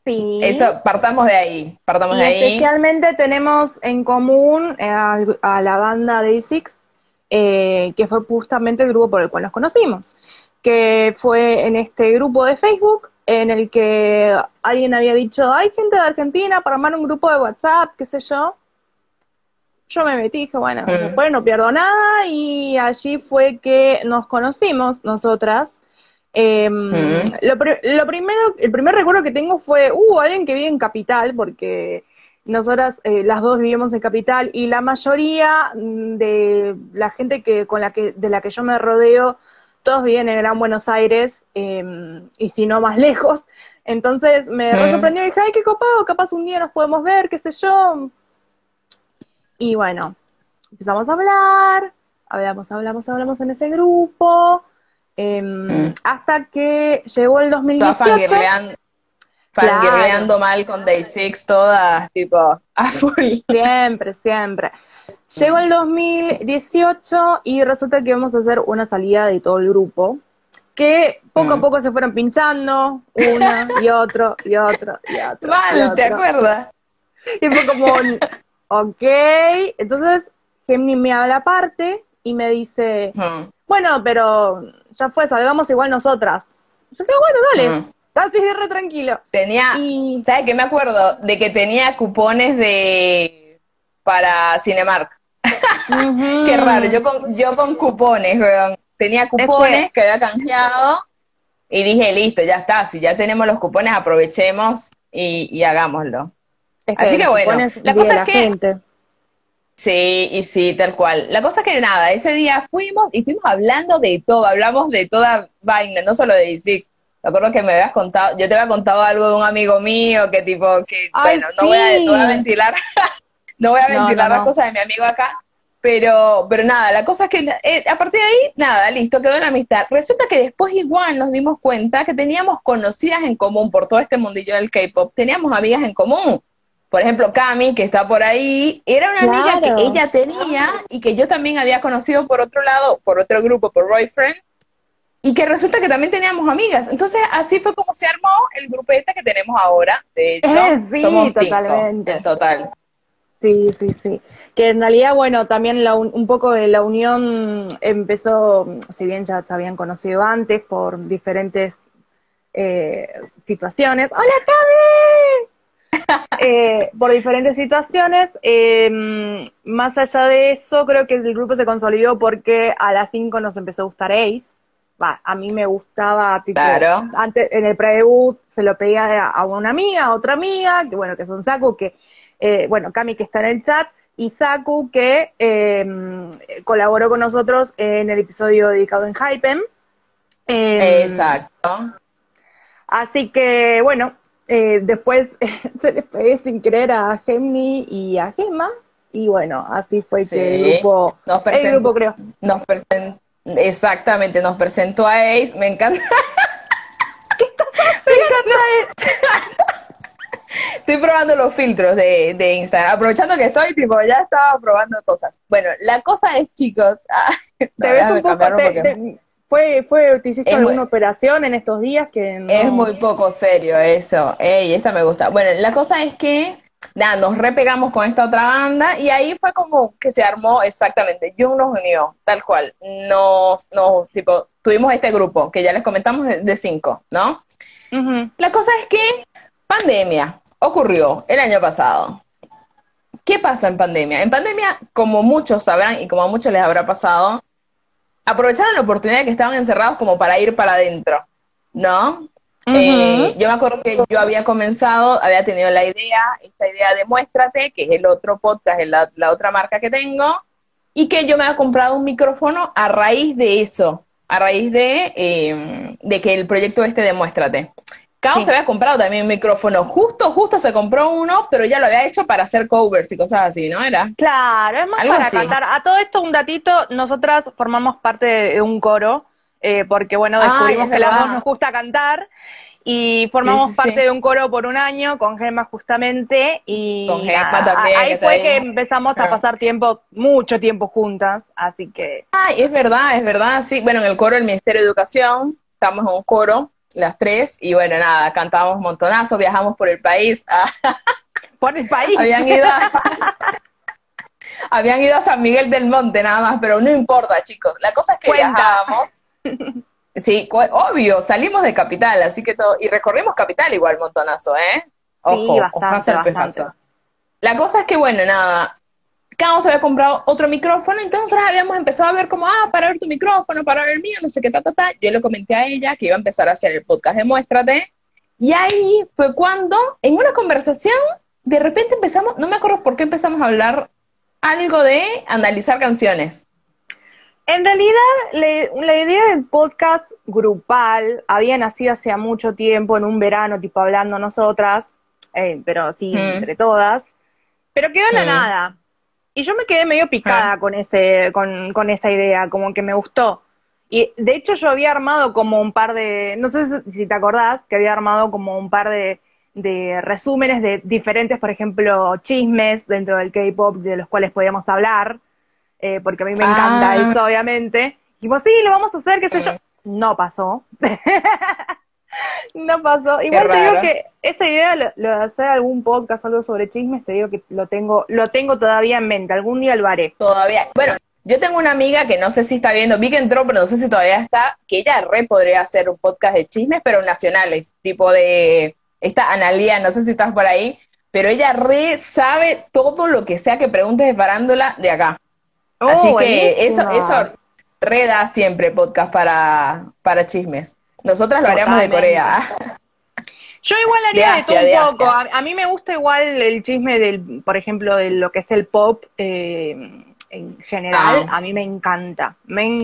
Sí. Eso, partamos Y de ahí. especialmente tenemos en común a la banda Day6, que fue justamente el grupo por el cual nos conocimos, que fue en este grupo de Facebook en el que alguien había dicho, hay gente de Argentina para armar un grupo de WhatsApp, qué sé yo. Yo me metí, dije, bueno, Mm, después no pierdo nada, y allí fue que nos conocimos nosotras. mm, Lo primero, el primer recuerdo que tengo fue, alguien que vive en Capital, porque nosotras las dos vivíamos en Capital, y la mayoría de la gente de la que yo me rodeo, todos viven en Gran Buenos Aires, y si no más lejos. Entonces me re mm. sorprendió y dije, ay, qué copado, capaz un día nos podemos ver, qué sé yo. Y bueno, empezamos a hablar, hablamos en ese grupo, Mm. hasta que llegó el Todas 2018. Claro, fangirleando mal con Day Six, todas tipo a full. siempre, siempre. Llegó Mm, el 2018 y resulta que vamos a hacer una salida de todo el grupo, que poco a mm. poco se fueron pinchando, una y otro, y otro, y otro, y Mal, ¿te otro. acuerdas? Y fue como, ok, entonces Gemini me habla aparte y me dice, Mm, bueno, pero ya fue, salgamos igual nosotras. Yo dije, bueno, dale, mm. así re tranquilo. Tenía, Y, ¿sabes qué? Me acuerdo de que tenía cupones para Cinemark. Qué raro, ujú, yo con cupones, weón. Tenía es que, cupones que había canjeado y dije, listo, ya está, si ya tenemos los cupones, aprovechemos y hagámoslo. es que Así que los bueno, cupones la vive cosa es la que, gente. sí, y sí, tal cual. La cosa es que nada, ese día fuimos y estuvimos hablando de todo, hablamos de toda vaina, no solo de Six. Me acuerdo que me habías contado, yo te había contado algo de un amigo mío que tipo, que Ay, bueno, no voy a sí. ventilar, no voy a No, no, ventilar las no. cosas de mi amigo acá, pero nada, la cosa es que a partir de ahí, nada, listo, quedó la amistad. Resulta que después igual nos dimos cuenta que teníamos conocidas en común por todo este mundillo del K-pop, teníamos amigas en común. Por ejemplo, Cami, que está por ahí, era una amiga que Claro. ella tenía y que yo también había conocido por otro lado, por otro grupo, por Boyfriend, y que resulta que también teníamos amigas. Entonces, así fue como se armó el grupete que tenemos ahora. De hecho, Sí, somos 5 en totalmente. total. Sí, sí, sí. Que en realidad, bueno, también un poco de la unión empezó, si bien ya se habían conocido antes por diferentes situaciones. ¡Hola, Cami! Por diferentes situaciones. Más allá de eso, creo que el grupo se consolidó porque a las 5 nos empezó a gustar Ace. Va, a mí me gustaba, tipo, Claro. antes en el pre-debut se lo pedía a una amiga, a otra amiga, que bueno, que son Saku, que, bueno, Cami que está en el chat, y Saku que colaboró con nosotros en el episodio dedicado en Hypen. Exacto. Así que, bueno, después se les pegué sin querer a Gemini y a Gemma, y bueno, así fue que Sí. el grupo creó. Nos presentó, exactamente, nos presentó a Ace. Me encanta, me encanta. Estoy probando los filtros de Instagram, aprovechando que estoy, tipo, ya estaba probando cosas. Bueno, la cosa es, chicos, Te no, ves un déjame poco, cambiarlo porque te hiciste es muy, alguna operación en estos días que es no. muy poco serio eso. Ey, esta me gusta. Bueno, la cosa es que, nada, nos repegamos con esta otra banda y ahí fue como que se armó exactamente. Jung nos unió, tal cual. Tipo, tuvimos este grupo que ya les comentamos de 5, ¿no? Ujú. La cosa es que pandemia ocurrió el año pasado. ¿Qué pasa en pandemia? En pandemia, como muchos sabrán y como a muchos les habrá pasado, aprovecharon la oportunidad de que estaban encerrados como para ir para adentro, ¿no? Ujú. Yo me acuerdo que yo había comenzado, había tenido esta idea de Muéstrate, que es el otro podcast, es la otra marca que tengo, y que yo me había comprado un micrófono a raíz de eso, a raíz de que el proyecto de Muéstrate. Cao se Sí. había comprado también un micrófono, justo se compró uno, pero ya lo había hecho para hacer covers y cosas así, ¿no? Era Claro, es más algo para así. cantar. A todo esto, un datito, nosotras formamos parte de un coro, porque bueno, Ay, descubrimos es que a las dos verdad. nos gusta cantar y Sí, formamos sí, parte sí. de un coro por un año con Gemma justamente, Con y Gemma nada, también, que ahí está fue que ahí. empezamos a Ah. pasar tiempo, mucho tiempo juntas, así que Ay, es verdad, sí. Bueno, en el coro del Ministerio de Educación, estamos en un coro. las tres, y bueno, nada, cantábamos montonazo, viajamos por el país. Por el país. Habían ido a San Miguel del Monte nada más, pero no importa, chicos. La cosa es que viajábamos. Sí, obvio, salimos de Capital, así que todo, y recorrimos Capital igual montonazo, ¿eh? Ojo, sí, bastante. La cosa es que, bueno, nada, cada uno se había comprado otro micrófono, entonces nosotros habíamos empezado a ver como, para ver tu micrófono, para ver el mío, no sé qué, Yo le comenté a ella que iba a empezar a hacer el podcast de Muéstrate, y ahí fue cuando, en una conversación, de repente empezamos, no me acuerdo por qué empezamos a hablar algo de analizar canciones. En realidad, la idea del podcast grupal había nacido hace mucho tiempo, en un verano, tipo hablando nosotras, pero sí, entre todas, pero quedó en la nada. Y yo me quedé medio picada con esa idea, como que me gustó. Y de hecho yo había armado como un par de, no sé si te acordás, que había armado como un par de resúmenes de diferentes, por ejemplo, chismes dentro del K-pop de los cuales podíamos hablar. Porque a mí me encanta eso, obviamente. Y pues sí, lo vamos a hacer, qué sé yo. No pasó. No pasó. Igual te digo que esa idea, lo de hacer algún podcast o algo sobre chismes, te digo que lo tengo todavía en mente. Algún día lo haré. Todavía. Bueno, yo tengo una amiga que no sé si está viendo, vi que entró, pero no sé si todavía está, que ella podría hacer un podcast de chismes, pero nacionales, tipo de esta Analía, no sé si estás por ahí, pero ella sabe todo lo que sea que preguntes de farándula de acá. Así que eso da siempre podcast para chismes. Nosotras lo haríamos de Corea. Yo igual haría de todo un poco. A mí me gusta igual el chisme por ejemplo, de lo que es el pop en general. A mí me encanta.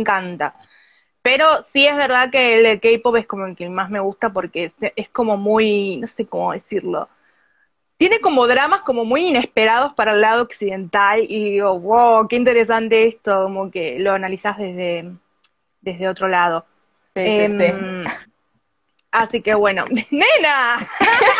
Pero sí es verdad que el K-pop es como el que más me gusta porque es como muy, no sé cómo decirlo. Tiene como dramas como muy inesperados para el lado occidental y digo, wow, qué interesante esto, como que lo analizás desde otro lado. Sí. Así que bueno, ¡nena!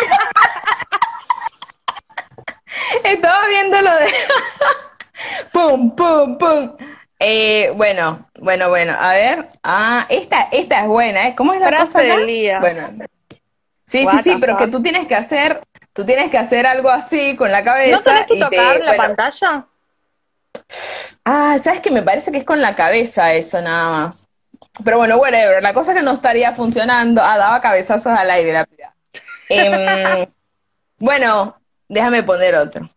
Estaba viendo lo de pum, pum, pum. Bueno, a ver. Esta es buena, ¿eh? ¿Cómo es la frase cosa del día? Bueno. Sí, pero que tú tienes que hacer algo así con la cabeza. ¿No tenés que tocar la pantalla? ¿Sabes qué? Me parece que es con la cabeza eso nada más. Pero bueno, whatever. La cosa que no estaría funcionando. Daba cabezazos al aire la piba. Bueno, déjame poner otro.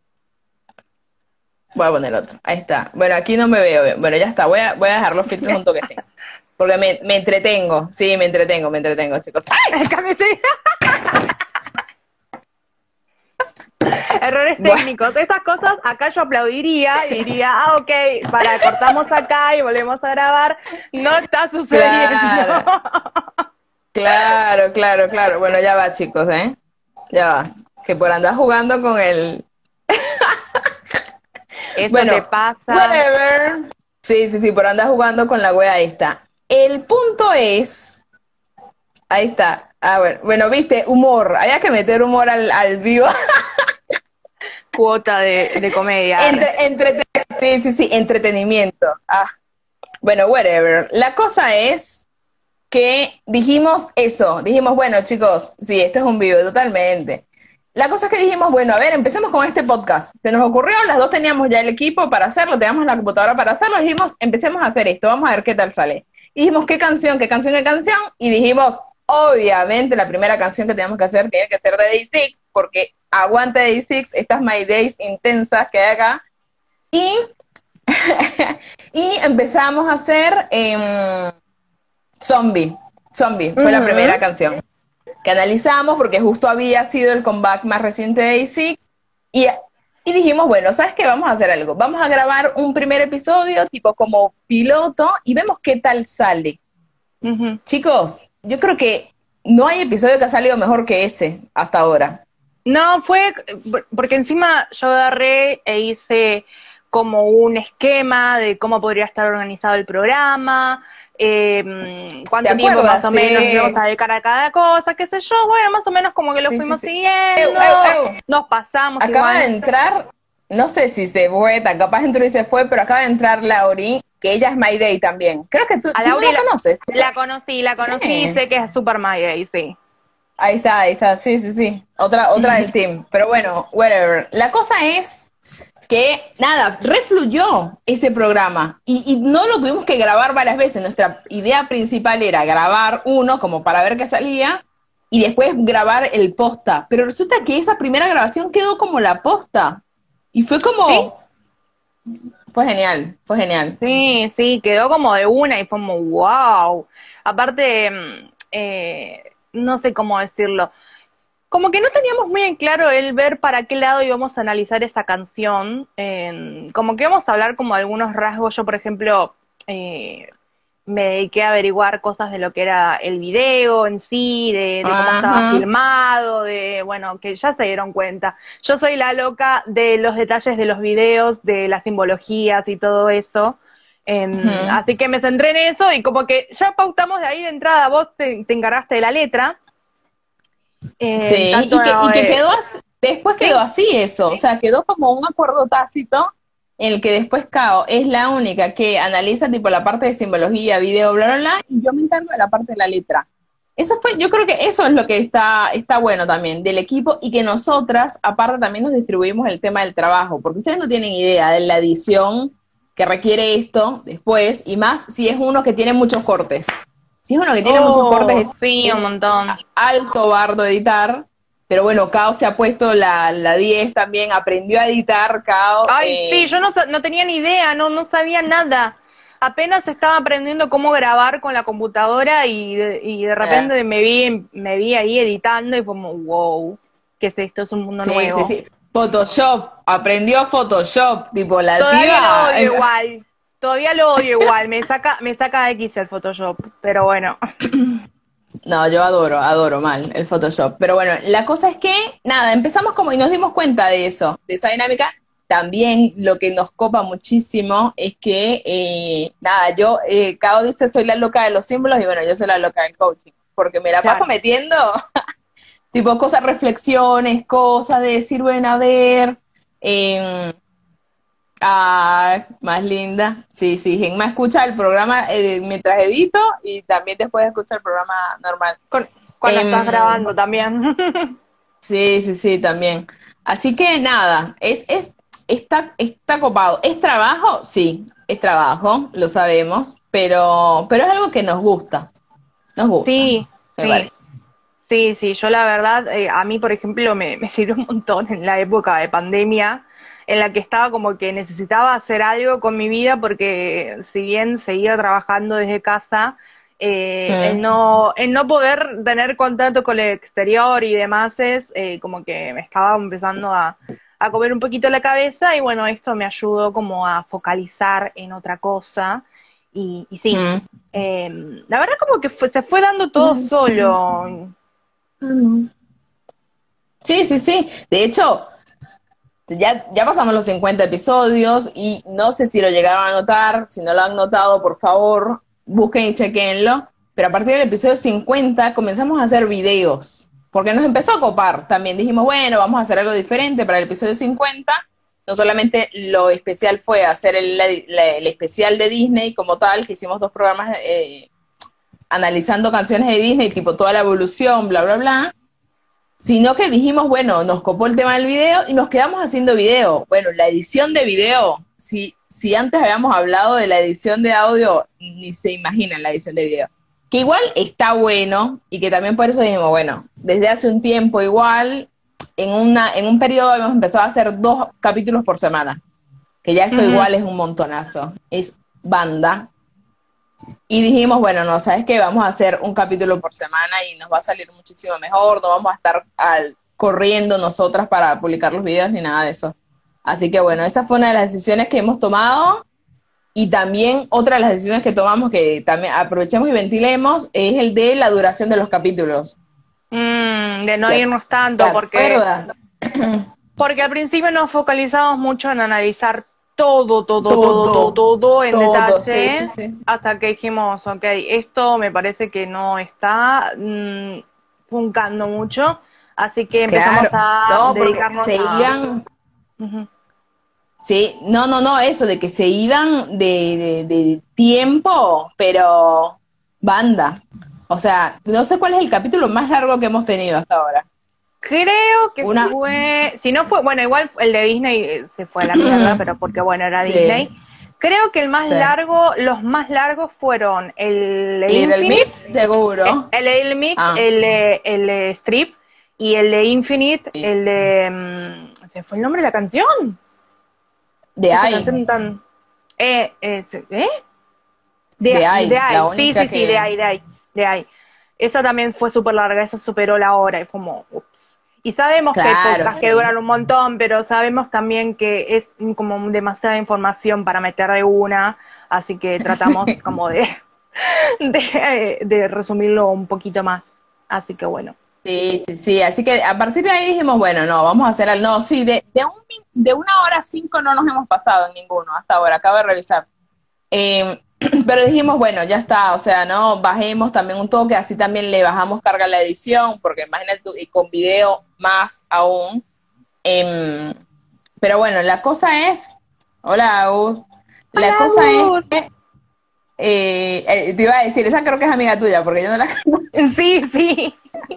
Voy a poner otro. Ahí está. Bueno, aquí no me veo bien. Bueno, ya está. Voy a dejar los filtros un toque. Porque me entretengo. Sí, me entretengo, chicos. ¡Ay! Errores técnicos. Estas cosas acá yo aplaudiría y diría, ok, cortamos acá y volvemos a grabar. No está sucediendo. Claro. Bueno, ya va, chicos, ¿eh? Ya va. Que por andar jugando con el... Eso te pasa. Whatever. Sí, por andar jugando con la wea esta. El punto es... Ahí está. Bueno, viste, humor. Había que meter humor al vivo. Cuota de comedia. Sí, entretenimiento. Bueno, whatever. La cosa es que dijimos, bueno, chicos, sí, esto es un vivo, totalmente. La cosa es que dijimos, bueno, a ver, empecemos con este podcast. Se nos ocurrió, las dos teníamos ya el equipo para hacerlo, teníamos la computadora para hacerlo, dijimos, empecemos a hacer esto, vamos a ver qué tal sale. Y dijimos, ¿qué canción? Y dijimos, obviamente, la primera canción que teníamos que hacer tiene que ser de Day6, porque aguante Day6, estas My Days intensas que hay acá. Y empezamos a hacer Zombie, fue la primera canción que analizamos porque justo había sido el comeback más reciente de Day6 y dijimos, bueno, ¿sabes qué? Vamos a hacer algo, vamos a grabar un primer episodio tipo como piloto y vemos qué tal sale. Chicos, yo creo que no hay episodio que ha salido mejor que ese hasta ahora. No, fue porque encima yo agarré e hice como un esquema de cómo podría estar organizado el programa, cuánto tiempo más o menos íbamos a dedicar a cada cosa, qué sé yo, bueno, más o menos como que lo fuimos siguiendo, nos pasamos. Acaba de entrar, no sé si se fue, capaz entró y se fue, pero acaba de entrar Lauri, que ella es My Day también. Creo que tú A no Laura la conoces. la conocí, Sí. sé que es Super My Day, sí. Ahí está, sí. Otra del team. Pero bueno, whatever. La cosa es que, nada, refluyó ese programa y no lo tuvimos que grabar varias veces. Nuestra idea principal era grabar uno como para ver qué salía y después grabar el posta. Pero resulta que esa primera grabación quedó como la posta y fue ¿Sí? como... Fue genial, fue genial. Sí, quedó como de una y fue como wow. Aparte, no sé cómo decirlo. Como que no teníamos muy en claro el ver para qué lado íbamos a analizar esa canción. Como que íbamos a hablar como de algunos rasgos. Yo, por ejemplo, me dediqué a averiguar cosas de lo que era el video en sí, de cómo estaba Ajá. filmado, de, bueno, que ya se dieron cuenta. Yo soy la loca de los detalles de los videos, de las simbologías y todo eso. Ujú. Así que me centré en eso y como que ya pautamos de ahí de entrada, vos te encargaste de la letra. Sí, Tanto, y que quedó así, después quedó sí, así eso, o sea, quedó como un acuerdo tácito en el que después Kao es la única que analiza tipo la parte de simbología, video, bla, bla, bla, y yo me encargo de la parte de la letra. Eso fue, yo creo que eso es lo que está bueno también del equipo y que nosotras, aparte también nos distribuimos el tema del trabajo, porque ustedes no tienen idea de la edición que requiere esto después, y más si es uno que tiene muchos cortes. Si es uno que tiene muchos cortes, sí, un es montón. alto bardo editar, pero bueno, Kao se ha puesto la 10 también, aprendió a editar, Kao. Ay, sí, yo no tenía ni idea, no sabía nada. Apenas estaba aprendiendo cómo grabar con la computadora y de Eh, repente me vi ahí editando y fue como, wow, ¿qué es esto? Es un mundo nuevo. sí. Photoshop, aprendió Photoshop, tipo la Todavía lo piba. odio igual, todavía lo odio igual, me saca de X el Photoshop, pero bueno. No, yo adoro mal el Photoshop. Pero bueno, la cosa es que, nada, empezamos como y nos dimos cuenta de eso, de esa dinámica. También lo que nos copa muchísimo es que, nada, Kao dice soy la loca de los símbolos y bueno, yo soy la loca del coaching, porque me la paso Claro. metiendo, tipo, cosas, reflexiones, cosas de decir, bueno, a ver, eh, más linda. Sí, Gemma escucha el programa mientras edito y también después escucha el programa normal. Cuando estás Em, grabando también. sí, también. Así que nada, está copado. ¿Es trabajo? Sí, es trabajo, lo sabemos, pero es algo que nos gusta, Sí, me sí. parece. Sí, yo la verdad, a mí, por ejemplo, me sirvió un montón en la época de pandemia, en la que estaba como que necesitaba hacer algo con mi vida, porque si bien seguía trabajando desde casa, Mm, el no poder tener contacto con el exterior y demás es como que me estaba empezando a comer un poquito la cabeza y bueno, esto me ayudó como a focalizar en otra cosa y sí. mm. La verdad como que se fue dando todo solo. Sí. De hecho, ya pasamos los 50 episodios y no sé si lo llegaron a notar, si no lo han notado, por favor, busquen y chequenlo. Pero a partir del episodio 50 comenzamos a hacer videos, porque nos empezó a copar. También dijimos, bueno, vamos a hacer algo diferente para el episodio 50. No solamente lo especial fue hacer el especial de Disney como tal, que hicimos 2 programas analizando canciones de Disney, tipo toda la evolución, bla, bla, bla, sino que dijimos, bueno, nos copó el tema del video y nos quedamos haciendo video. Bueno, la edición de video, si antes habíamos hablado de la edición de audio, ni se imaginan la edición de video. Que igual está bueno y que también por eso dijimos, bueno, desde hace un tiempo igual, en un periodo habíamos empezado a hacer 2 capítulos por semana, que ya eso Ujú. igual es un montonazo, es banda. Y dijimos, bueno, no, ¿sabes qué? Vamos a hacer un capítulo por semana y nos va a salir muchísimo mejor, no vamos a estar corriendo nosotras para publicar los videos ni nada de eso. Así que bueno, esa fue una de las decisiones que hemos tomado y también otra de las decisiones que tomamos que también aprovechemos y ventilemos es el de la duración de los capítulos. De no ¿Te, irnos te tanto, acuerdas? porque al principio nos focalizamos mucho en analizar todo, todo, todo, todo, Todo, todo en todo, sí, detalle, sí. hasta que dijimos, ok, esto me parece que no está funcando mucho, así que empezamos Claro, a no, porque dedicarnos a... seguían, Ujú. Sí, no, eso de que se iban de tiempo, pero banda. O sea, no sé cuál es el capítulo más largo que hemos tenido hasta ahora. Creo que Una, fue, si no fue, bueno, igual el de Disney se fue a la mierda, pero porque bueno, era Disney. sí, Creo que el más sí. largo, los más largos fueron el Little Infinite, Mix, seguro. el Little Mix, Ah, el Strip y el de Infinite, sí. el de, ¿se fue el nombre de la canción? De Esa ahí, canción tan, ¿eh? de De ahí, la ahí, sí, única sí, sí, de que... ahí, de ahí, de ahí. Esa también fue súper larga, esa superó la hora y fue como, ups. Y sabemos que hay Claro, podcasts que sí. duran un montón, pero sabemos también que es como demasiada información para meter de una, así que tratamos como de resumirlo un poquito más. Así que bueno. Sí, sí, sí. Así que a partir de ahí dijimos, bueno, no, vamos a hacer al... No, sí, de 1 hora 5 no nos hemos pasado en ninguno hasta ahora, acabo de revisar. Eh, pero dijimos, bueno, ya está, o sea, no, bajemos también un toque, así también le bajamos carga a la edición, porque imagínate tú, y con video más aún. Em, pero bueno, la cosa es, hola Agus, la Hola, cosa es Gus. que, te iba a decir, esa creo que es amiga tuya, porque yo no la Sí, sí.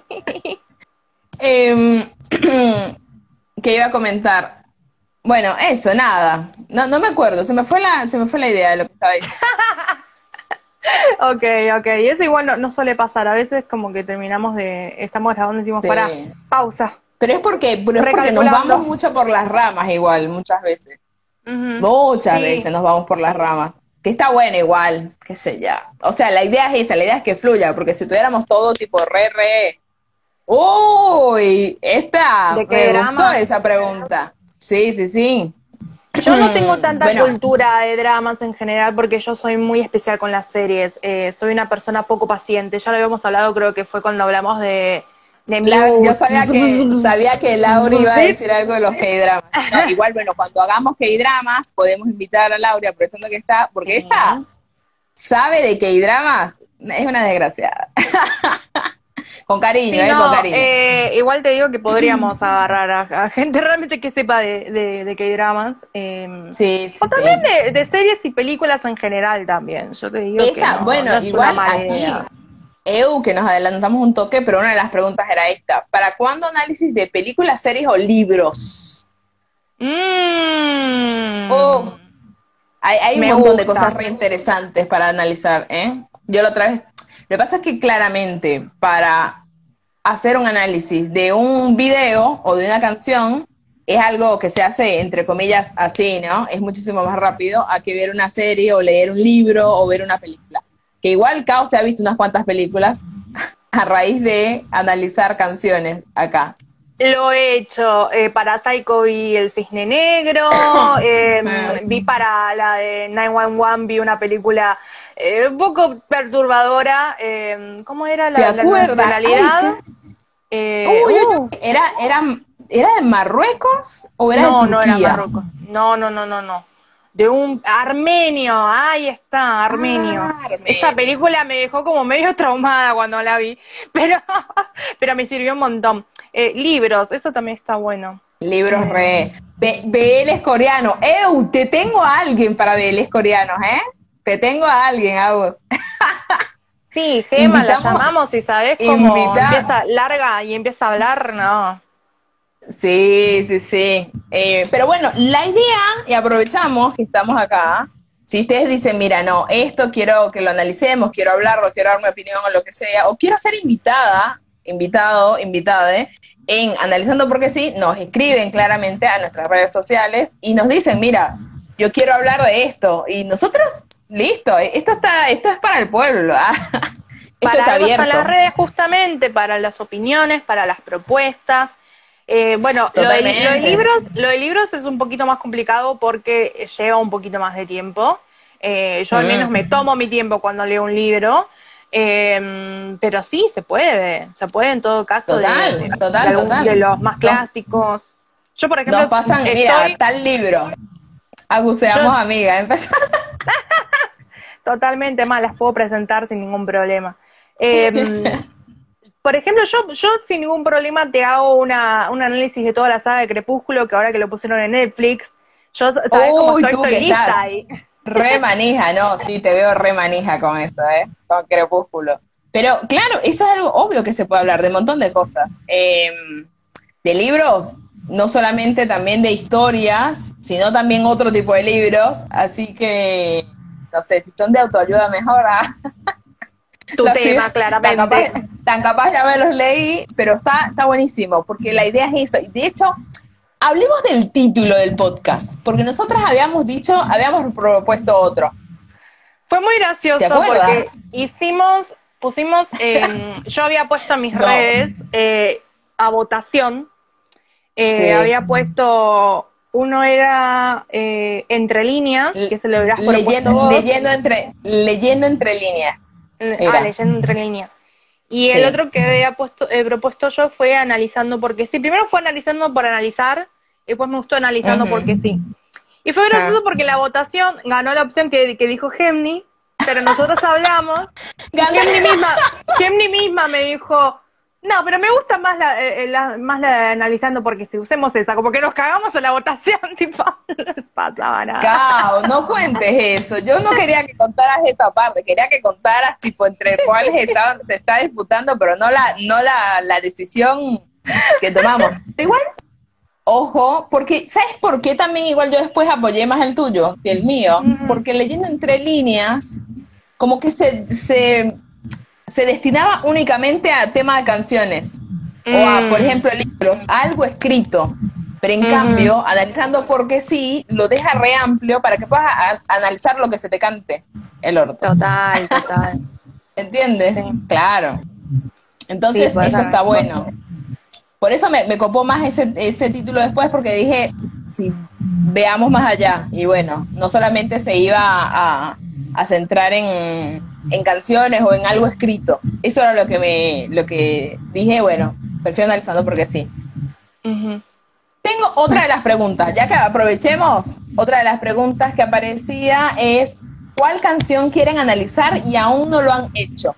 Em, que iba a comentar. Bueno, eso, nada. No me acuerdo, se me fue la idea de lo que estaba diciendo. Ok, ok. Eso igual no suele pasar. A veces como que estamos grabando y decimos, para, Sí. pausa, Pero es porque nos recalculando. vamos mucho por las ramas igual, muchas veces. Ujú. Muchas Sí, veces nos vamos por las ramas. Que está bueno igual, qué sé ya. O sea, la idea es esa, la idea es que fluya, porque si tuviéramos todo tipo re. Uy, ¿de qué me gustó drama? esa pregunta. Sí, sí, sí. Yo no tengo tanta Bueno, cultura de dramas en general porque yo soy muy especial con las series. Soy una persona poco paciente. Ya lo habíamos hablado, creo que fue cuando hablamos de Yo Muse. sabía que Laura iba a ¿Sí? decir algo de los K-dramas. No, igual, bueno, cuando hagamos K-dramas, podemos invitar a Laura, aprovechando que está, porque esa Sí. sabe de K-dramas, es una desgraciada. Con cariño, Sí, con no, cariño. igual te digo que podríamos agarrar a gente realmente que sepa de K-dramas. Sí, O sí, también sí. de series y películas en general también. Yo te digo que Esa, no bueno, es una igual mala aquí, idea. que nos adelantamos un toque, pero una de las preguntas era esta. ¿Para cuándo análisis de películas, series o libros? Oh, Mmm, hay un me montón de cosas gusta. re interesantes para analizar, ¿eh? Yo la otra vez. Lo que pasa es que claramente para hacer un análisis de un video o de una canción es algo que se hace, entre comillas, así, ¿no? Es muchísimo más rápido a que ver una serie o leer un libro o ver una película. Que igual Kao se ha visto unas cuantas películas a raíz de analizar canciones acá. Lo he hecho para Psycho vi El Cisne Negro, vi para la de 911, vi una película un poco perturbadora, ¿cómo era ¿Te la acuerdas? Ay, nacionalidad? uy, ¿era de Marruecos o era de No era Turquía? Marruecos, no. De un armenio, ahí está, armenio. Ah, Esa Armenia. película me dejó como medio traumada cuando la vi, pero, pero me sirvió un montón. Libros, eso también está bueno. Libros Eh, re. BL coreano. Te tengo a alguien para BL coreanos, ¿eh? Te tengo a alguien, a vos. sí, Gema la Invitamos, llamamos y sabes cómo invita. empieza larga y empieza a hablar, no. Sí, sí, sí. Pero bueno, la idea, y aprovechamos que estamos acá, si ustedes dicen, mira, no, esto quiero que lo analicemos, quiero hablarlo, quiero dar mi opinión o lo que sea, o quiero ser invitada, en Analizando Porque Sí, nos escriben claramente a nuestras redes sociales y nos dicen, mira, yo quiero hablar de esto. Y nosotros, listo, esto es para el pueblo, ¿ah? Esto Para está algo están las abierto. redes justamente, para las opiniones, para las propuestas. Bueno, Totalmente. lo de libros es un poquito más complicado porque lleva un poquito más de tiempo. Yo al menos me Mm. tomo mi tiempo cuando leo un libro, pero sí, se puede en todo caso Total, total, de total. los más Nos, clásicos. Yo, por nos ejemplo, pasan, mira, estoy, tal libro. yo Aguceamos amiga. Empezó. totalmente más, las puedo presentar sin ningún problema. Eh, Por ejemplo, yo sin ningún problema te hago un análisis de toda la saga de Crepúsculo, que ahora que lo pusieron en Netflix, Yo, ¿sabes cómo Uy, soy? tú Soy que lista estás ahí. re manija, no, sí, te veo re manija con eso, con Crepúsculo. Pero claro, eso es algo obvio que se puede hablar de un montón de cosas. De libros, no solamente también de historias, sino también otro tipo de libros, así que, no sé, si son de autoayuda mejor, Tu los tema, claramente. tan capaz ya me los leí, pero está buenísimo, porque la idea es eso. Y de hecho, hablemos del título del podcast, porque nosotras habíamos propuesto otro. Fue muy ¿Te gracioso porque acuerdas? pusimos, yo había puesto en mis No. redes a votación, Sí. había puesto, uno era Entre Líneas, que se lo habrás propuesto vos. Leyendo entre líneas. Era. Leyendo Entre Líneas. Y el Sí. otro que había propuesto yo fue Analizando porque sí. Primero fue Analizando por analizar, y después me gustó Analizando porque sí. Y fue gracioso porque la votación ganó la opción que dijo Gemni, pero nosotros hablamos. Gemni misma me dijo, no, pero me gusta más más la de Analizando porque si usemos esa, como que nos cagamos en la votación, tipo, no pasaba nada. Cao, no cuentes eso. Yo no quería que contaras esa parte, quería que contaras tipo entre cuáles se está disputando, pero no la decisión que tomamos. Igual, ojo, porque ¿sabes por qué también igual yo después apoyé más el tuyo que el mío? Porque leyendo entre líneas, como que se destinaba únicamente a tema de canciones o a, por ejemplo, libros, a algo escrito. Pero en cambio, Analizando porque sí, lo deja re amplio para que puedas analizar lo que se te cante el orto. Total. ¿Entiendes? Sí. Claro. Entonces, Sí, eso está bueno. Por eso me copó más ese título después, porque dije, sí, veamos más allá. Y bueno, no solamente se iba a centrar en canciones o en algo escrito. Eso era lo que dije, bueno, prefiero Analizando porque sí. Tengo otra de las preguntas, ya que aprovechemos, otra de las preguntas que aparecía es, ¿cuál canción quieren analizar y aún no lo han hecho?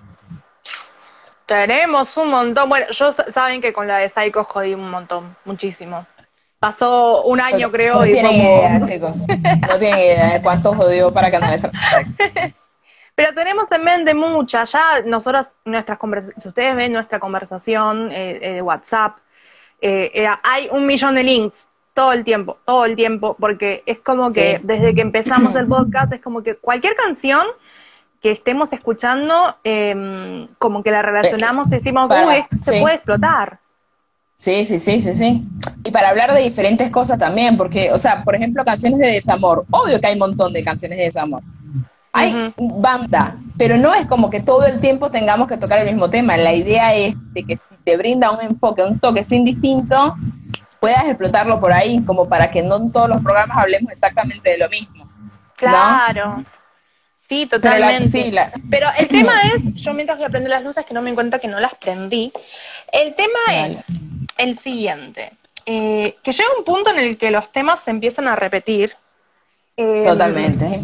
Tenemos un montón. Bueno, saben que con la de Psycho jodí un montón, muchísimo. Pasó un año, creo, No y tienen como... idea, chicos. No tienen idea de cuánto jodió para que analizar. Pero tenemos en mente muchas. Ya nosotros, si ustedes ven nuestra conversación de WhatsApp, hay 1 millón de links todo el tiempo, porque es como que desde que empezamos el podcast, es como que cualquier canción que estemos escuchando, como que la relacionamos y decimos, esto se puede explotar. Sí. Y para hablar de diferentes cosas también, porque, o sea, por ejemplo, canciones de desamor. Obvio que hay un montón de canciones de desamor. Hay banda, pero no es como que todo el tiempo tengamos que tocar el mismo tema. La idea es de que si te brinda un enfoque, un toque sin distinto, puedas explotarlo por ahí, como para que no en todos los programas hablemos exactamente de lo mismo. Claro. ¿No? Sí, totalmente. Pero el tema es, yo mientras voy a prender las luces, que no me di cuenta que no las prendí, el tema es el siguiente, que llega un punto en el que los temas se empiezan a repetir. Totalmente.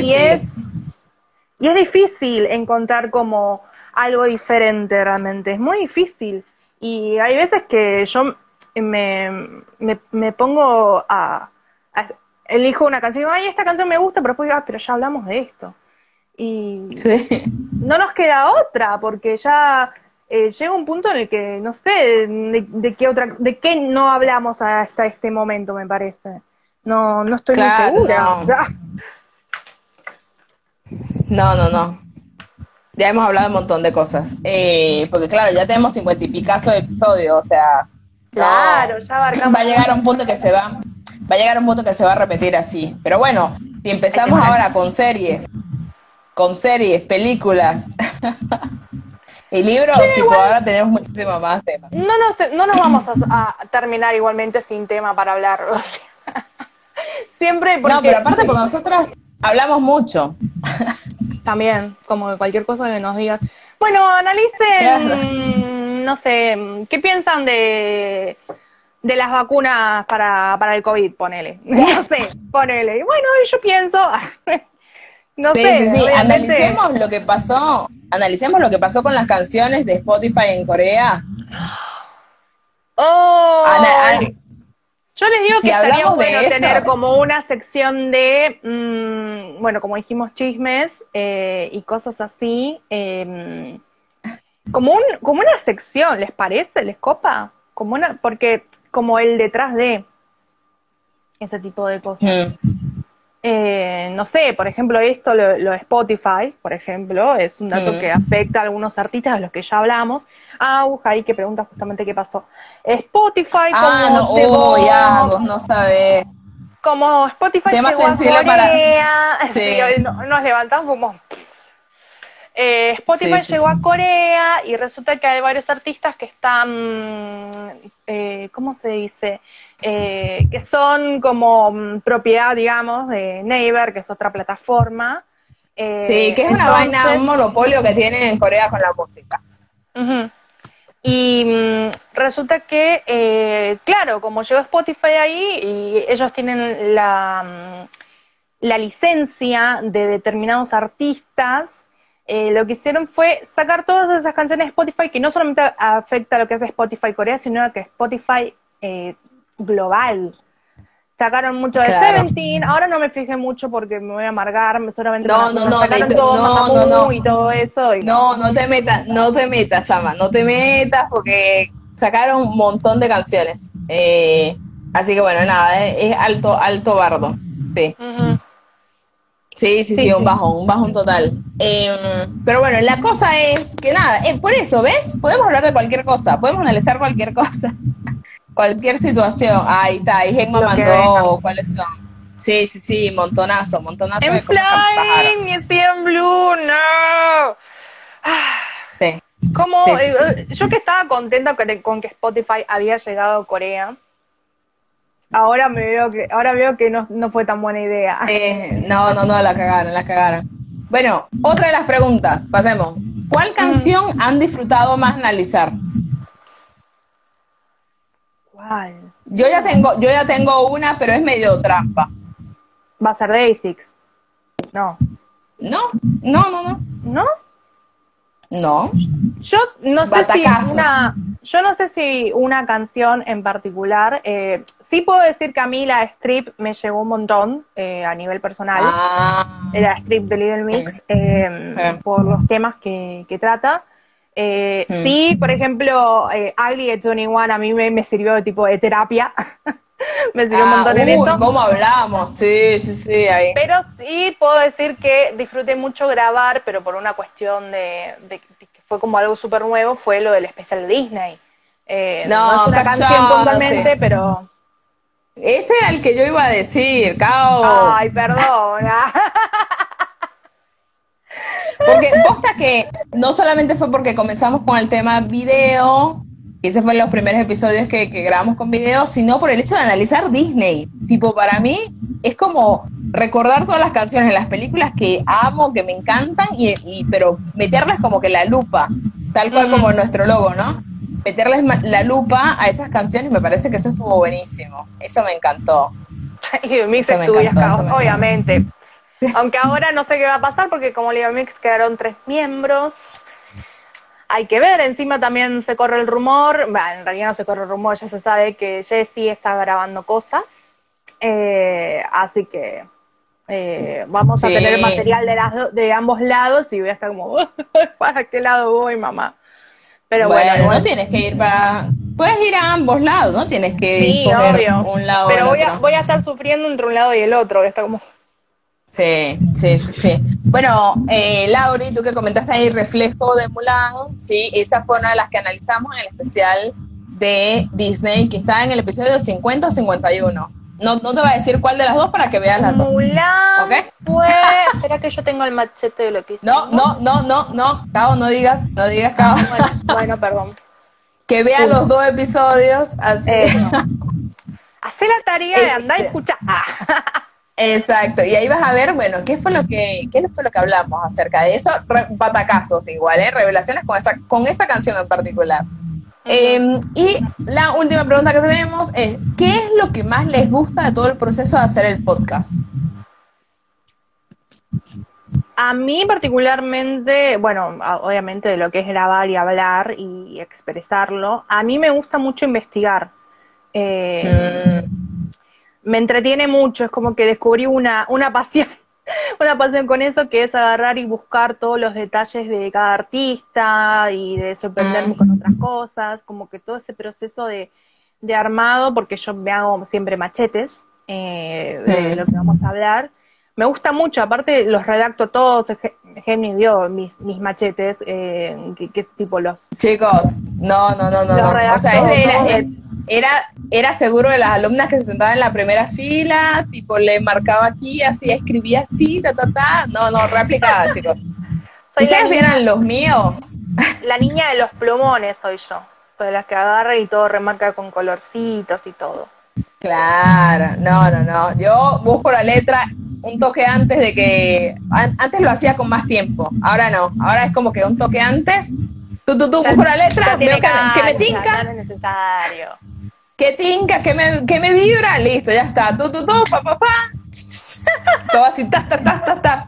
Y es difícil encontrar como algo diferente realmente, es muy difícil. Y hay veces que yo me pongo elijo una canción y digo, ay, esta canción me gusta, pero después digo, pero ya hablamos de esto. Y no nos queda otra, porque ya llega un punto en el que no sé de qué no hablamos hasta este momento, me parece. No estoy muy segura. No. Ya hemos hablado un montón de cosas. Porque claro, ya tenemos 50 y picazo de episodios, o sea. Claro, ya abarcamos. Va a llegar a un punto que se va a repetir así. Pero bueno, si empezamos ahora con series, películas y libros, ahora tenemos muchísimo más temas. No nos vamos a terminar igualmente sin tema para hablar. O sea, siempre porque... No, pero aparte porque nosotras hablamos mucho. También, como de cualquier cosa que nos digas. Bueno, analicen, no sé, ¿qué piensan de las vacunas para el COVID? Ponele. No sé, ponele. Bueno, yo pienso... No sé, sí. Analicemos lo que pasó con las canciones de Spotify en Corea. Yo les digo Si que estaría hablamos de bueno eso, tener como una sección de, bueno, como dijimos, chismes y cosas así, como una sección, ¿les parece? ¿Les copa? Porque como el detrás de ese tipo de cosas. No sé, por ejemplo, lo de Spotify, por ejemplo, es un dato que afecta a algunos artistas de los que ya hablamos. Ahí que pregunta justamente qué pasó. Spotify, no, ya, vos no sabés. como Spotify Tema llegó a sensible para... Corea, Sí, sí, hoy nos levantamos como... Spotify sí. llegó a Corea y resulta que hay varios artistas que están, ¿cómo se dice? Que son como propiedad, digamos, de Naver, que es otra plataforma. Sí, que es una vaina, un Entonces, monopolio que tienen en Corea con la música. uh-huh. Y resulta que, claro, como llegó Spotify ahí y ellos tienen la licencia de determinados artistas, lo que hicieron fue sacar todas esas canciones de Spotify, que no solamente afecta a lo que hace Spotify Corea, sino a que Spotify global. Sacaron mucho de Claro. Seventeen, ahora no me fijé mucho porque me voy a amargar, solamente No, sacaron todo Mamamoo y todo eso. No te metas, chama, no te metas porque sacaron un montón de canciones. Así que bueno, nada, es alto bardo. Sí. Uh-huh. Sí, un bajón total. Pero bueno, la cosa es que nada, por eso, ¿ves? Podemos hablar de cualquier cosa, podemos analizar cualquier cosa, cualquier situación. Ahí está, ahí Genma Lo que mandó cuáles son. Sí, montonazo En de cosas que bajaron. Flying y sí en Blue, no. Ah, Sí. Como Sí. yo que estaba contenta con que Spotify había llegado a Corea, ahora veo que no fue tan buena idea. No, la cagaron. Bueno, otra de las preguntas, pasemos. ¿Cuál canción han disfrutado más analizar? ¿Cuál? Yo ya tengo una, pero es medio trampa. Va a ser Day6. No. No. ¿No? No. Yo no sé Batacazo. yo no sé si una canción en particular, sí puedo decir que a mí la Strip me llegó un montón a nivel personal, la Strip de Little Mix, por los temas que trata. Sí, por ejemplo, Ugly de 21 a mí me sirvió de tipo de terapia, me sirvió un montón en eso. ¿Cómo hablamos? Sí, ahí. Pero sí puedo decir que disfruté mucho grabar, pero por una cuestión de que fue como algo súper nuevo, fue lo del especial de Disney. No es una canción puntualmente, pero... Ese era el que yo iba a decir, Cao. Ay, perdona. Porque posta que no solamente fue porque comenzamos con el tema video, que ese fue los primeros episodios que grabamos con video, sino por el hecho de analizar Disney. Tipo, para mí es como recordar todas las canciones de las películas que amo, que me encantan, pero meterles como que la lupa, tal cual como nuestro logo, ¿no? Meterles la lupa a esas canciones, me parece que eso estuvo buenísimo. Eso me encantó. Y Mix estudias, obviamente. Aunque ahora no sé qué va a pasar porque como Little Mix quedaron 3 miembros. Hay que ver, encima también se corre el rumor, bueno, en realidad no se corre el rumor, ya se sabe que Jessie está grabando cosas, así que vamos a tener material de ambos lados y voy a estar como, ¿para qué lado voy, mamá? Pero bueno, no tienes que ir puedes ir a ambos lados, no tienes que coger obvio. Un lado pero o el otro. voy a estar sufriendo entre un lado y el otro, voy a estar como... Sí. Bueno, Lauri, tú que comentaste ahí Reflejo de Mulan, sí, esa fue una de las que analizamos en el especial de Disney, que está en el episodio 50 o 51. No te voy a decir cuál de las dos para que veas las dos. Mulan, ¿okay? ¿Será que yo tengo el machete de lo que hice? No, Cabo, no digas, Cabo. Bueno, perdón. Que vean los dos episodios, así. Hacé la tarea de andar y escuchar. Exacto, y ahí vas a ver, bueno, qué fue lo que hablamos acerca de eso, batacazos igual, revelaciones con esa canción en particular. Y la última pregunta que tenemos es, ¿qué es lo que más les gusta de todo el proceso de hacer el podcast? A mí particularmente, bueno, obviamente de lo que es grabar y hablar y expresarlo, a mí me gusta mucho investigar. me entretiene mucho, es como que descubrí una pasión, una pasión con eso, que es agarrar y buscar todos los detalles de cada artista y de sorprenderme con otras cosas, como que todo ese proceso de armado, porque yo me hago siempre machetes de lo que vamos a hablar. Me gusta mucho, aparte los redacto todos, Gemini vio mis machetes, que tipo los... Chicos, no. O sea, era seguro de las alumnas que se sentaban en la primera fila, tipo le marcaba aquí, así, escribía así, No, reaplicada, chicos. Si ustedes vieran los míos... La niña de los plumones soy yo. Soy las que agarra y todo remarca con colorcitos y todo. Claro, no. Yo busco la letra un toque antes de que... Antes lo hacía con más tiempo, ahora no. Ahora es como que un toque antes, busco la letra, veo que me tinca. No es necesario. Que tinca, que me vibra, listo, ya está. Pa. Todo así, ta.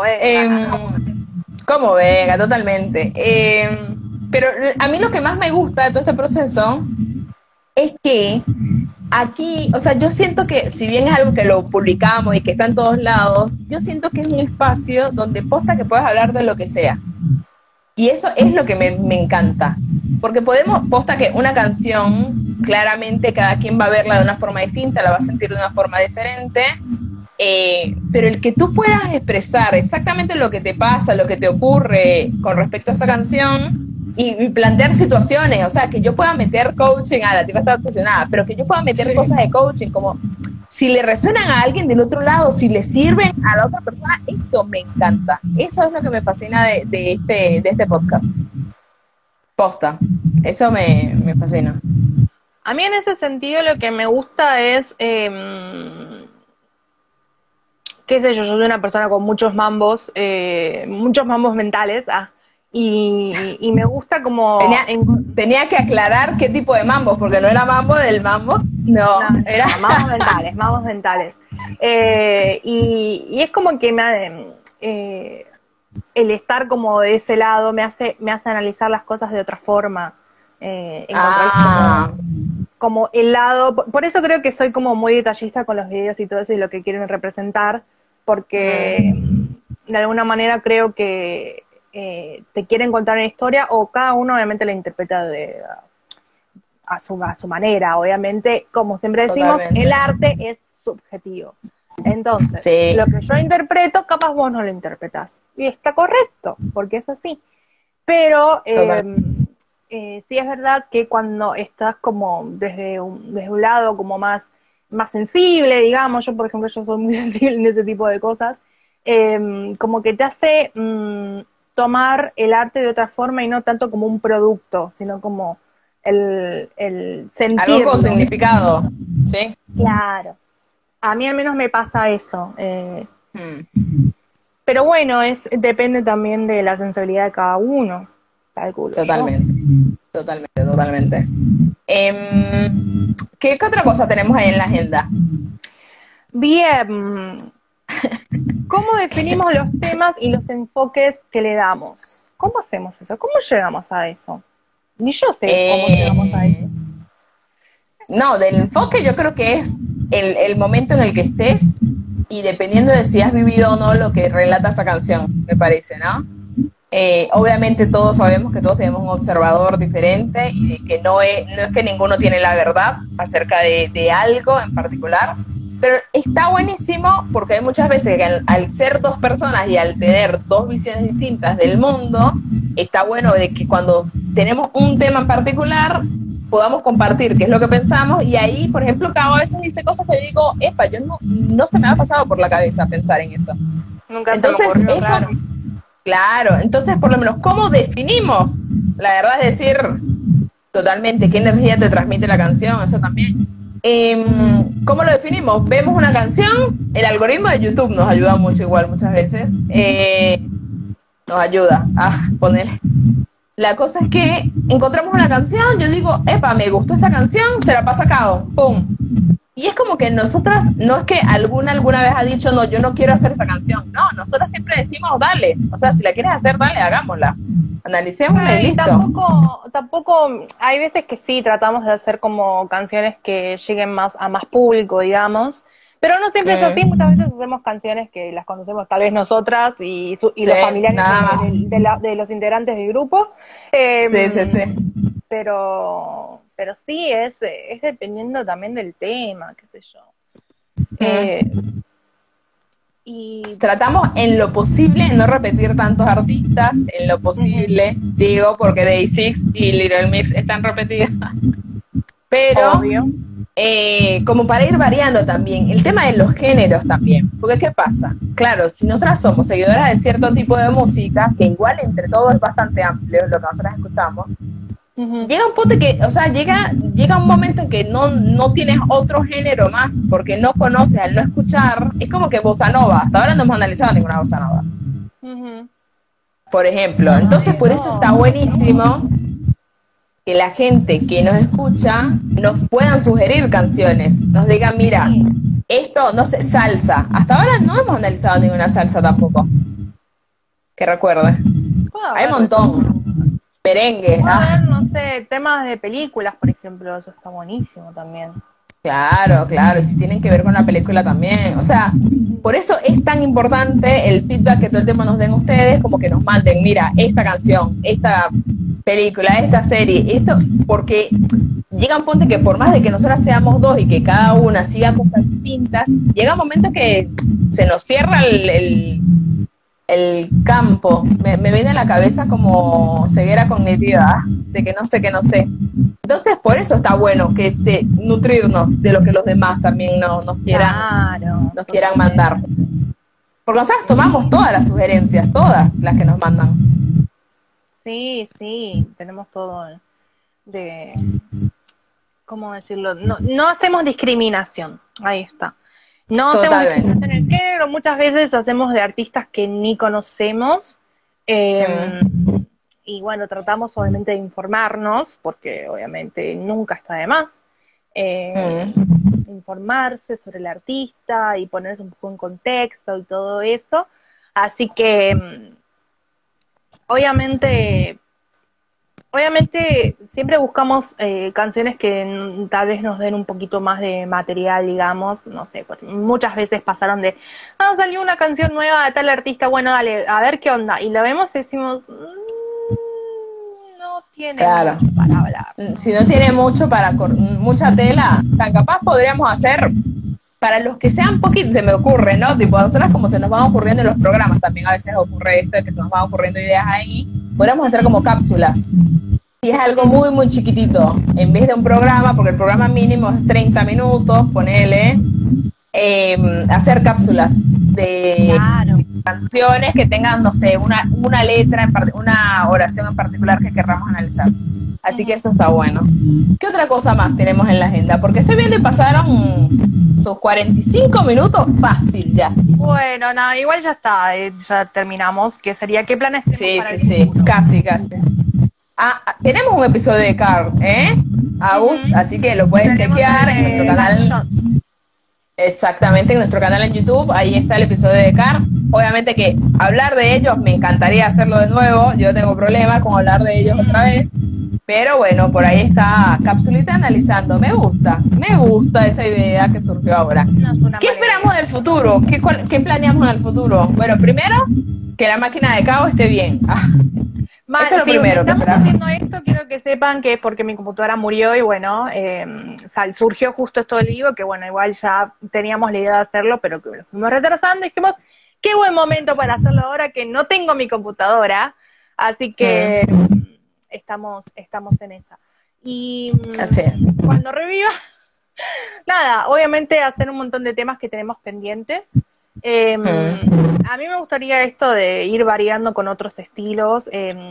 Como venga, totalmente. Pero a mí lo que más me gusta de todo este proceso es que aquí, o sea, yo siento que si bien es algo que lo publicamos y que está en todos lados, yo siento que es un espacio donde posta que puedes hablar de lo que sea. Y eso es lo que me encanta. Porque posta que una canción, claramente cada quien va a verla de una forma distinta, la va a sentir de una forma diferente, pero el que tú puedas expresar exactamente lo que te pasa, lo que te ocurre con respecto a esa canción, y plantear situaciones, o sea, que yo pueda meter coaching, la tipa está obsesionada, pero que yo pueda meter cosas de coaching, como si le resuenan a alguien del otro lado, si le sirven a la otra persona, eso me encanta. Eso es lo que me fascina de este podcast. Posta, eso me fascina. A mí en ese sentido lo que me gusta es, qué sé yo soy una persona con muchos mambos mentales, y me gusta como... Tenía que aclarar qué tipo de mambos, porque no era mambo del mambo, era... mambos mentales. Y es como que el estar como de ese lado me hace analizar las cosas de otra forma, encontrar como el lado... Por eso creo que soy como muy detallista con los videos y todo eso y lo que quieren representar, porque de alguna manera creo que te quieren contar una historia, o cada uno obviamente la interpreta a su manera. Obviamente, como siempre decimos, totalmente. El arte es subjetivo. Entonces, sí, lo que yo interpreto, capaz vos no lo interpretás. Y está correcto, porque es así. Pero sí es verdad que cuando estás como desde un lado como más sensible, digamos, yo por ejemplo, yo soy muy sensible en ese tipo de cosas, como que te hace... tomar el arte de otra forma y no tanto como un producto, sino como el sentir. Algo con significado, ¿sí? Claro. A mí al menos me pasa eso. Pero bueno, depende también de la sensibilidad de cada uno, calculo. Totalmente. ¿Qué otra cosa tenemos ahí en la agenda? Bien. ¿Cómo definimos los temas y los enfoques que le damos? ¿Cómo hacemos eso? ¿Cómo llegamos a eso? Ni yo sé cómo llegamos a eso. No, del enfoque yo creo que es el momento en el que estés y dependiendo de si has vivido o no lo que relata esa canción, me parece, ¿no? Obviamente todos sabemos que todos tenemos un observador diferente y de que no es que ninguno tiene la verdad acerca de algo en particular. Pero está buenísimo porque hay muchas veces que al ser dos personas y al tener dos visiones distintas del mundo, está bueno de que cuando tenemos un tema en particular podamos compartir qué es lo que pensamos, y ahí, por ejemplo, Cabo a veces dice cosas que digo, yo no se me ha pasado por la cabeza pensar en eso. Nunca. Entonces, se me ocurrió, eso, claro, entonces por lo menos, ¿cómo definimos? La verdad es decir, totalmente, ¿qué energía te transmite la canción? Eso también. ¿Cómo lo definimos? Vemos una canción, el algoritmo de YouTube nos ayuda mucho igual muchas veces, nos ayuda a poner. La cosa es que encontramos una canción, yo digo, me gustó esta canción, se la pasa a Cabo, ¡pum! Y es como que nosotras, no es que alguna vez ha dicho, no, yo no quiero hacer esa canción, no, nosotras siempre decimos, dale, o sea, si la quieres hacer, dale, hagámosla. analicémosla y Y listo. tampoco, hay veces que sí, tratamos de hacer como canciones que lleguen más a más público, digamos, pero no siempre es así, muchas veces hacemos canciones que las conocemos tal vez nosotras y Sí, los familiares nada más. de los integrantes del grupo, Sí, sí, sí. pero sí, es dependiendo también del tema, qué sé yo. Eh, y Tratamos en lo posible no repetir tantos artistas, en lo posible, digo, porque Day6 y Little Mix están repetidas, pero obvio. como para ir variando también, el tema de los géneros también, porque ¿qué pasa? Claro, si nosotras somos seguidoras de cierto tipo de música, que igual entre todos es bastante amplio lo que nosotras escuchamos, llega un punto que, o sea, llega un momento en que no tienes otro género más, porque no conoces, al no escuchar, es como que bossa nova, hasta ahora no hemos analizado ninguna bossa nova, por ejemplo, entonces por eso está buenísimo que la gente que nos escucha nos puedan sugerir canciones, nos digan, mira, esto, no sé, salsa, hasta ahora no hemos analizado ninguna salsa tampoco, que recuerde, hay un montón. Merengue. Puede haber, no sé, temas de películas, por ejemplo, eso está buenísimo también. Claro, claro, y si tienen que ver con la película también. O sea, por eso es tan importante el feedback que todo el tiempo nos den ustedes, como que nos manden, mira, esta canción, esta película, esta serie, esto, porque llega un punto que por más de que nosotras seamos dos y que cada una siga cosas distintas, llega un momento que se nos cierra el campo, me viene a la cabeza como ceguera cognitiva, de que no sé, que no sé. Entonces, por eso está bueno que nutrirnos de lo que los demás también nos quieran mandar. Porque nosotros tomamos todas las sugerencias, todas las que nos mandan. Sí, tenemos todo de, ¿cómo decirlo? No hacemos discriminación, ahí está. No hacemos discriminación en el género, muchas veces hacemos de artistas que ni conocemos, y bueno, tratamos obviamente de informarnos, porque obviamente nunca está de más, informarse sobre el artista y ponerse un poco en contexto y todo eso, así que obviamente siempre buscamos canciones que tal vez nos den un poquito más de material, digamos, no sé, porque muchas veces pasaron de, salió una canción nueva de tal artista, bueno, dale, a ver qué onda, y la vemos y decimos, no tiene mucho para hablar. Si no tiene mucha tela, tan capaz podríamos hacer, para los que sean poquitos, se me ocurre, ¿no? Tipo, nosotras como se nos van ocurriendo en los programas, también a veces ocurre esto, de que se nos van ocurriendo ideas ahí, podríamos hacer como cápsulas. Y es algo muy, muy chiquitito. En vez de un programa, porque el programa mínimo es 30 minutos, ponele, hacer cápsulas de canciones que tengan, no sé, una letra, una oración en particular que querramos analizar. Así que eso está bueno. ¿Qué otra cosa más tenemos en la agenda? Porque estoy viendo y pasaron sus 45 minutos fácil ya. Bueno, nada, igual ya está, ya terminamos. ¿Qué sería? ¿Qué planes tenemos para el futuro? Casi. Tenemos un episodio de Car, Agus, así que lo puedes chequear en nuestro canal. Exactamente, en nuestro canal en YouTube, ahí está el episodio de Car. Obviamente que hablar de ellos, me encantaría hacerlo de nuevo, yo no tengo problema con hablar de ellos otra vez, pero bueno, por ahí está Capsulita analizando, me gusta esa idea que surgió ahora. ¿Qué esperamos del futuro? ¿Qué planeamos en el futuro? Bueno, primero, que la máquina de Cabo esté bien. Eso es lo primero. Estamos haciendo esto, quiero que sepan que es porque mi computadora murió y bueno, surgió justo esto del vivo, que bueno, igual ya teníamos la idea de hacerlo, pero que lo fuimos retrasando y dijimos, qué buen momento para hacerlo ahora que no tengo mi computadora, así que estamos en esa. Y cuando reviva, nada, obviamente hacer un montón de temas que tenemos pendientes. A mí me gustaría esto de ir variando con otros estilos,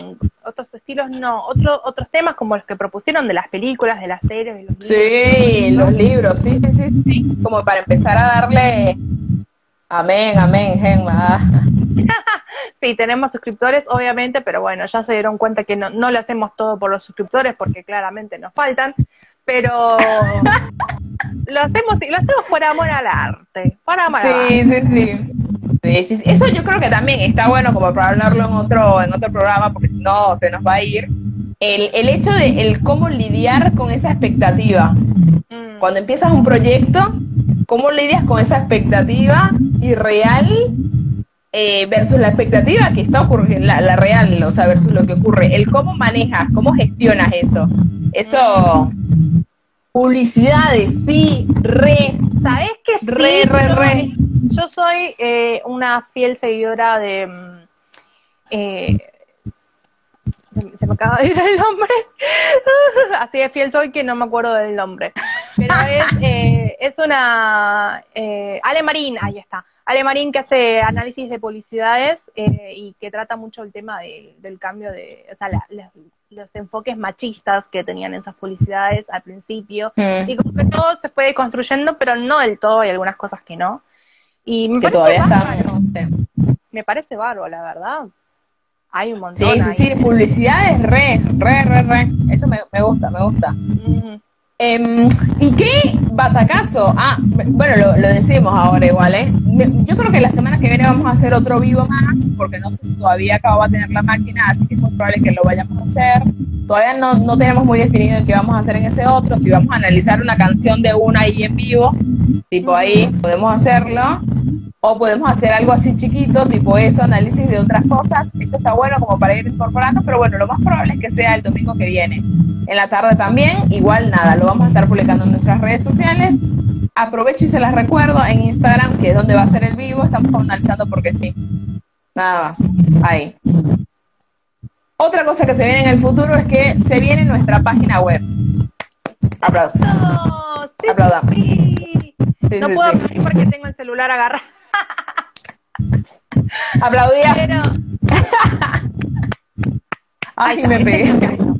otros temas como los que propusieron de las películas, de las series, de los libros. Sí, los libros, sí, como para empezar a darle amén, Gemma. Sí, tenemos suscriptores, obviamente, pero bueno, ya se dieron cuenta que no le hacemos todo por los suscriptores porque claramente nos faltan, pero lo hacemos por amor al arte, por amor al arte. Sí. Sí, sí, sí. Eso yo creo que también está bueno como para hablarlo en otro programa, porque si no se nos va a ir. El hecho de el cómo lidiar con esa expectativa. Cuando empiezas un proyecto, ¿cómo lidias con esa expectativa irreal versus la expectativa que está ocurriendo, la real, o sea, versus lo que ocurre? El cómo manejas, cómo gestionas eso. Eso, publicidades, sí, ¿Sabés que sí? Yo soy una fiel seguidora de... se me acaba de ir el nombre. Así de fiel soy que no me acuerdo del nombre. Pero es una... Ale Marín, ahí está. Ale Marín, que hace análisis de publicidades y que trata mucho el tema del cambio de... O sea, los enfoques machistas que tenían esas publicidades al principio. Y como que todo se fue construyendo, pero no del todo, hay algunas cosas que no. Y me parece bárbaro. Me parece bárbaro, la verdad. Hay un montón. Sí, sí, sí, publicidades re. Eso me gusta. ¿Y qué batacazo? Bueno, lo decimos ahora igual, ¿eh? Yo creo que la semana que viene vamos a hacer otro vivo más, porque no sé si todavía acá va a tener la máquina, así que es muy probable que lo vayamos a hacer. Todavía no tenemos muy definido qué vamos a hacer en ese otro, si vamos a analizar una canción de una ahí en vivo, tipo ahí, podemos hacerlo. O podemos hacer algo así chiquito, tipo eso, análisis de otras cosas. Esto está bueno como para ir incorporando, pero bueno, lo más probable es que sea el domingo que viene. En la tarde también, igual nada, lo vamos a estar publicando en nuestras redes sociales. Aprovecho y se las recuerdo en Instagram, que es donde va a ser el vivo. Estamos analizando porque sí. Nada más. Ahí. Otra cosa que se viene en el futuro es que se viene nuestra página web. Aplausos. No, sí, aplaudamos. Sí. No puedo aplaudir porque tengo el celular agarrado. Aplaudía. Pero... Ay, me pegué.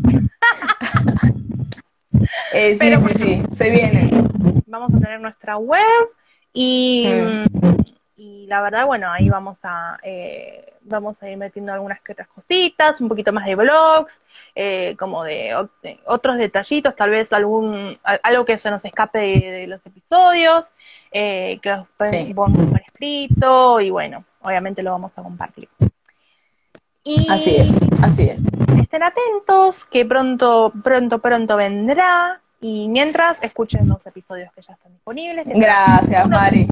Sí, se viene. Vamos a tener nuestra web y la verdad, bueno, ahí vamos a ir metiendo algunas que otras cositas, un poquito más de blogs, como de otros detallitos, tal vez algo que se nos escape de los episodios, que los pongan por escrito y bueno, obviamente lo vamos a compartir. Y así es. Estén atentos, que pronto vendrá. Y mientras, escuchen los episodios que ya están disponibles. Gracias, Mari.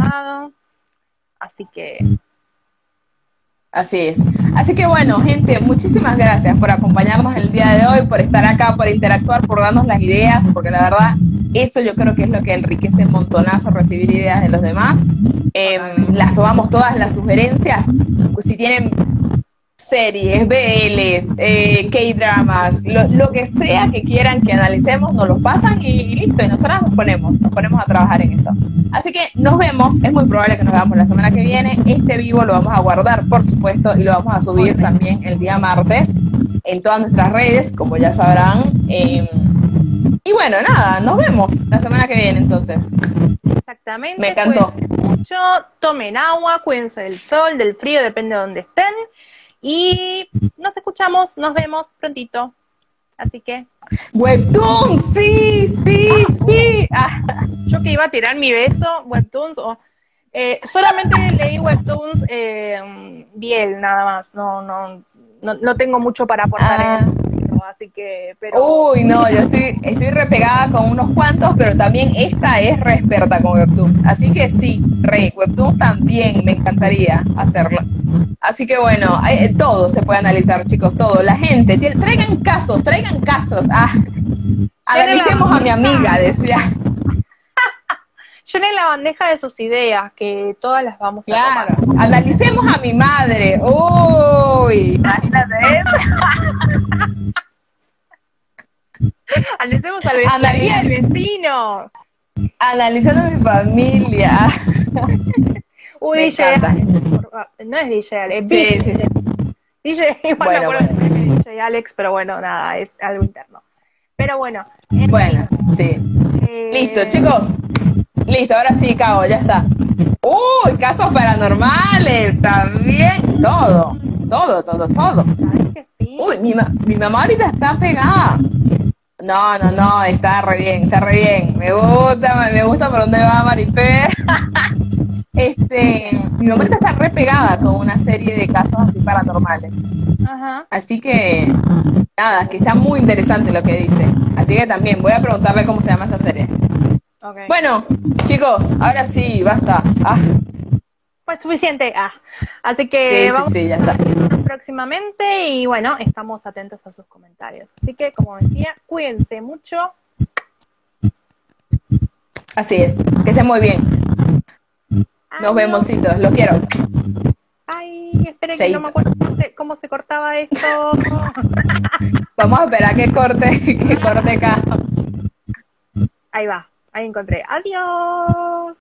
Así que... Así es. Así que bueno, gente, muchísimas gracias por acompañarnos el día de hoy, por estar acá, por interactuar, por darnos las ideas, porque la verdad, esto yo creo que es lo que enriquece un montonazo, recibir ideas de los demás. Las tomamos todas las sugerencias. Si tienen series, BLs, K-dramas, lo que sea que quieran que analicemos, nos los pasan y listo, y nosotras nos ponemos a trabajar en eso. Así que nos vemos, es muy probable que nos veamos la semana que viene. Este vivo lo vamos a guardar, por supuesto, y lo vamos a subir también el día martes en todas nuestras redes, como ya sabrán. Y bueno, nada, nos vemos la semana que viene entonces. Exactamente. Me encantó. Mucho, tomen agua, cuídense del sol, del frío, depende de donde estén. Y nos escuchamos, nos vemos prontito. Así que... ¡Webtoon! ¡Sí! Yo que iba a tirar mi beso, Webtoons. Solamente leí Webtoons Biel, nada más. No tengo mucho para aportar en eso, así que... Uy, no, yo estoy repegada con unos cuantos, pero también esta es re experta con Webtoons. Así que sí, Webtoons también me encantaría hacerlo. Así que bueno, todo se puede analizar, chicos, todo. La gente, traigan casos. Analicemos a mi amiga, decía. Llenen la bandeja de sus ideas, que todas las vamos a tomar. Analicemos a mi madre. Uy, imagínate eso. Analicemos al vecino. Analizando a mi familia. Uy, DJ, no es DJ Alex, es DJ, igual me acuerdo que es DJ Alex, pero bueno, nada, es algo interno. Pero bueno. Sí. Listo, chicos. Listo, ahora sí, Cabo, ya está. Uy, casos paranormales, también, todo. ¿Sabes que sí? Uy, mi mamá ahorita está pegada. No, está re bien. Me gusta por dónde va Maripé. Mi mamá está re pegada con una serie de casos así paranormales. Ajá. Así que, nada, que está muy interesante lo que dice. Así que también voy a preguntarle cómo se llama esa serie. Okay. Bueno, chicos, ahora sí, basta. Pues suficiente. Así que vamos sí, ya está. próximamente y bueno, estamos atentos a sus comentarios. Así que, como decía, cuídense mucho. Así es, que estén muy bien. Nos vemos, los quiero. Ay, esperen que no me acuerdo cómo se cortaba esto. Vamos a esperar que corte acá. Ahí va, ahí encontré. Adiós.